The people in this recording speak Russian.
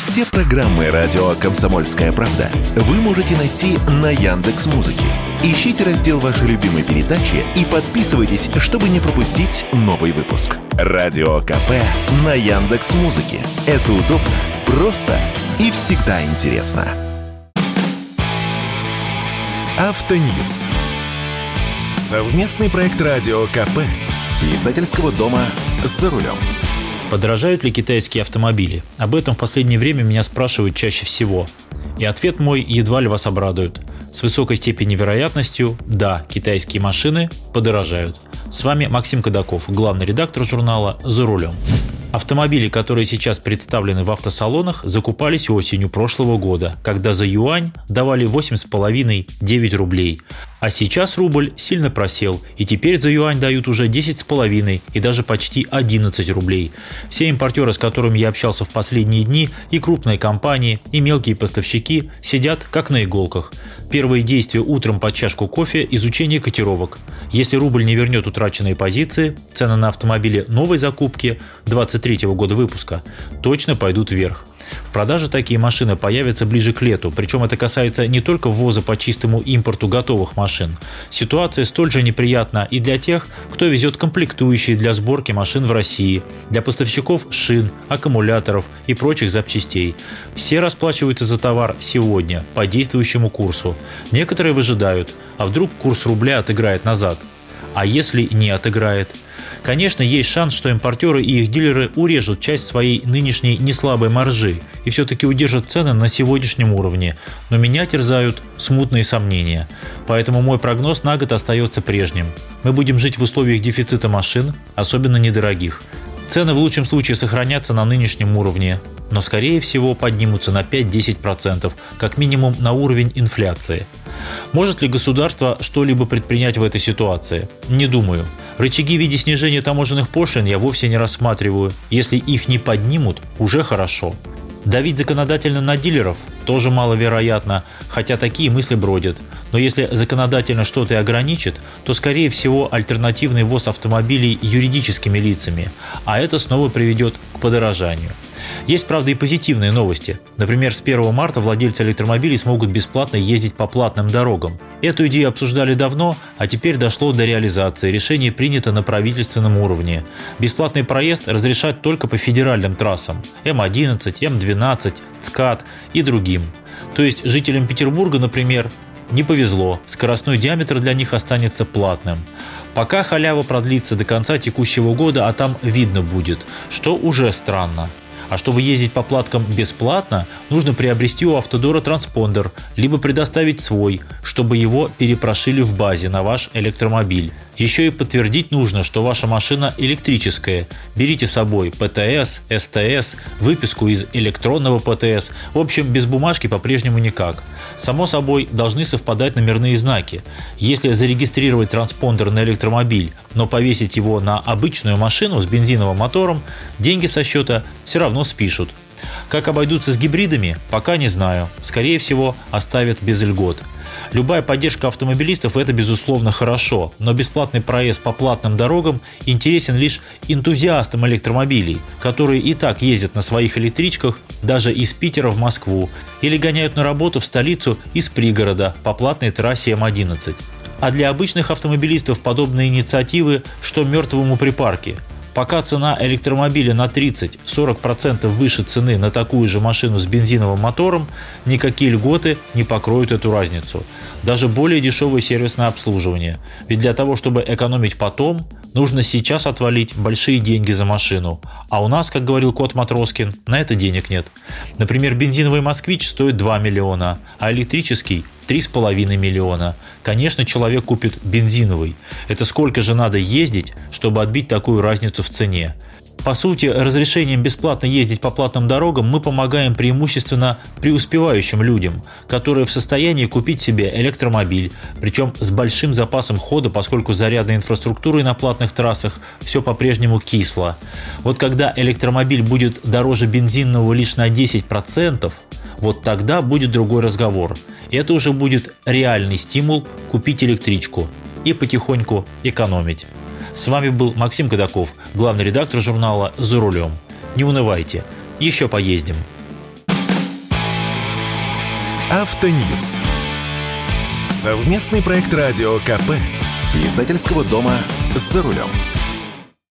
Все программы радио «Комсомольская правда» вы можете найти на Яндекс.Музыке. Ищите раздел вашей любимой передачи и подписывайтесь, чтобы не пропустить новый выпуск. Радио КП на Яндекс.Музыке. Это удобно, просто и всегда интересно. Автоньюз. Совместный проект радио КП и издательского дома «За рулем». Подорожают ли китайские автомобили? Об этом в последнее время меня спрашивают чаще всего. И ответ мой едва ли вас обрадует. С высокой степенью вероятностью, да, китайские машины подорожают. С вами Максим Кадаков, главный редактор журнала «За рулем». Автомобили, которые сейчас представлены в автосалонах, закупались осенью прошлого года, когда за юань давали 8,5-9 рублей. А сейчас рубль сильно просел, и теперь за юань дают уже 10,5 и даже почти 11 рублей. Все импортеры, с которыми я общался в последние дни, и крупные компании, и мелкие поставщики сидят как на иголках. Первые действия утром под чашку кофе – изучение котировок. Если рубль не вернет утраченные позиции, цены на автомобили новой закупки 2023 года выпуска точно пойдут вверх. В продаже такие машины появятся ближе к лету, причем это касается не только ввоза по чистому импорту готовых машин. Ситуация столь же неприятна и для тех, кто везет комплектующие для сборки машин в России, для поставщиков шин, аккумуляторов и прочих запчастей. Все расплачиваются за товар сегодня по действующему курсу. Некоторые выжидают, а вдруг курс рубля отыграет назад. А если не отыграет? Конечно, есть шанс, что импортеры и их дилеры урежут часть своей нынешней неслабой маржи и все-таки удержат цены на сегодняшнем уровне, но меня терзают смутные сомнения. Поэтому мой прогноз на год остается прежним. Мы будем жить в условиях дефицита машин, особенно недорогих. Цены в лучшем случае сохранятся на нынешнем уровне, но скорее всего поднимутся на 5-10%, как минимум на уровень инфляции. Может ли государство что-либо предпринять в этой ситуации? Не думаю. Рычаги в виде снижения таможенных пошлин я вовсе не рассматриваю. Если их не поднимут, уже хорошо. Давить законодательно на дилеров тоже маловероятно, хотя такие мысли бродят. Но если законодательно что-то и ограничит, то скорее всего альтернативный ввоз автомобилей юридическими лицами, а это снова приведет к подорожанию. Есть, правда, и позитивные новости. Например, с 1 марта владельцы электромобилей смогут бесплатно ездить по платным дорогам. Эту идею обсуждали давно, а теперь дошло до реализации. Решение принято на правительственном уровне. Бесплатный проезд разрешат только по федеральным трассам – М11, М12, ЦКАД и другим. То есть жителям Петербурга, например, не повезло, скоростной диаметр для них останется платным. Пока халява продлится до конца текущего года, а там видно будет, что уже странно. А чтобы ездить по платкам бесплатно, нужно приобрести у Автодора транспондер, либо предоставить свой, чтобы его перепрошили в базе на ваш электромобиль. Еще и подтвердить нужно, что ваша машина электрическая. Берите с собой ПТС, СТС, выписку из электронного ПТС. В общем, без бумажки по-прежнему никак. Само собой, должны совпадать номерные знаки. Если зарегистрировать транспондер на электромобиль, но повесить его на обычную машину с бензиновым мотором, деньги со счета все равно спишут. Как обойдутся с гибридами, пока не знаю. Скорее всего, оставят без льгот. Любая поддержка автомобилистов – это безусловно хорошо, но бесплатный проезд по платным дорогам интересен лишь энтузиастам электромобилей, которые и так ездят на своих электричках даже из Питера в Москву или гоняют на работу в столицу из пригорода по платной трассе М11. А для обычных автомобилистов подобные инициативы, что мертвому припарке. Пока цена электромобиля на 30-40% выше цены на такую же машину с бензиновым мотором, никакие льготы не покроют эту разницу. Даже более дешевое сервисное обслуживание. Ведь для того, чтобы экономить потом, нужно сейчас отвалить большие деньги за машину. А у нас, как говорил кот Матроскин, на это денег нет. Например, бензиновый «Москвич» стоит 2 миллиона, а электрический – 3,5 миллиона. Конечно, человек купит бензиновый. Это сколько же надо ездить, чтобы отбить такую разницу в цене? По сути, разрешением бесплатно ездить по платным дорогам мы помогаем преимущественно преуспевающим людям, которые в состоянии купить себе электромобиль, причем с большим запасом хода, поскольку зарядной инфраструктурой на платных трассах все по-прежнему кисло. Вот когда электромобиль будет дороже бензинового лишь на 10%, вот тогда будет другой разговор. Это уже будет реальный стимул купить электричку и потихоньку экономить. С вами был Максим Кадаков, главный редактор журнала «За рулем». Не унывайте, еще поездим. Автоньюз. Совместный проект радио КП. Издательского дома «За рулем».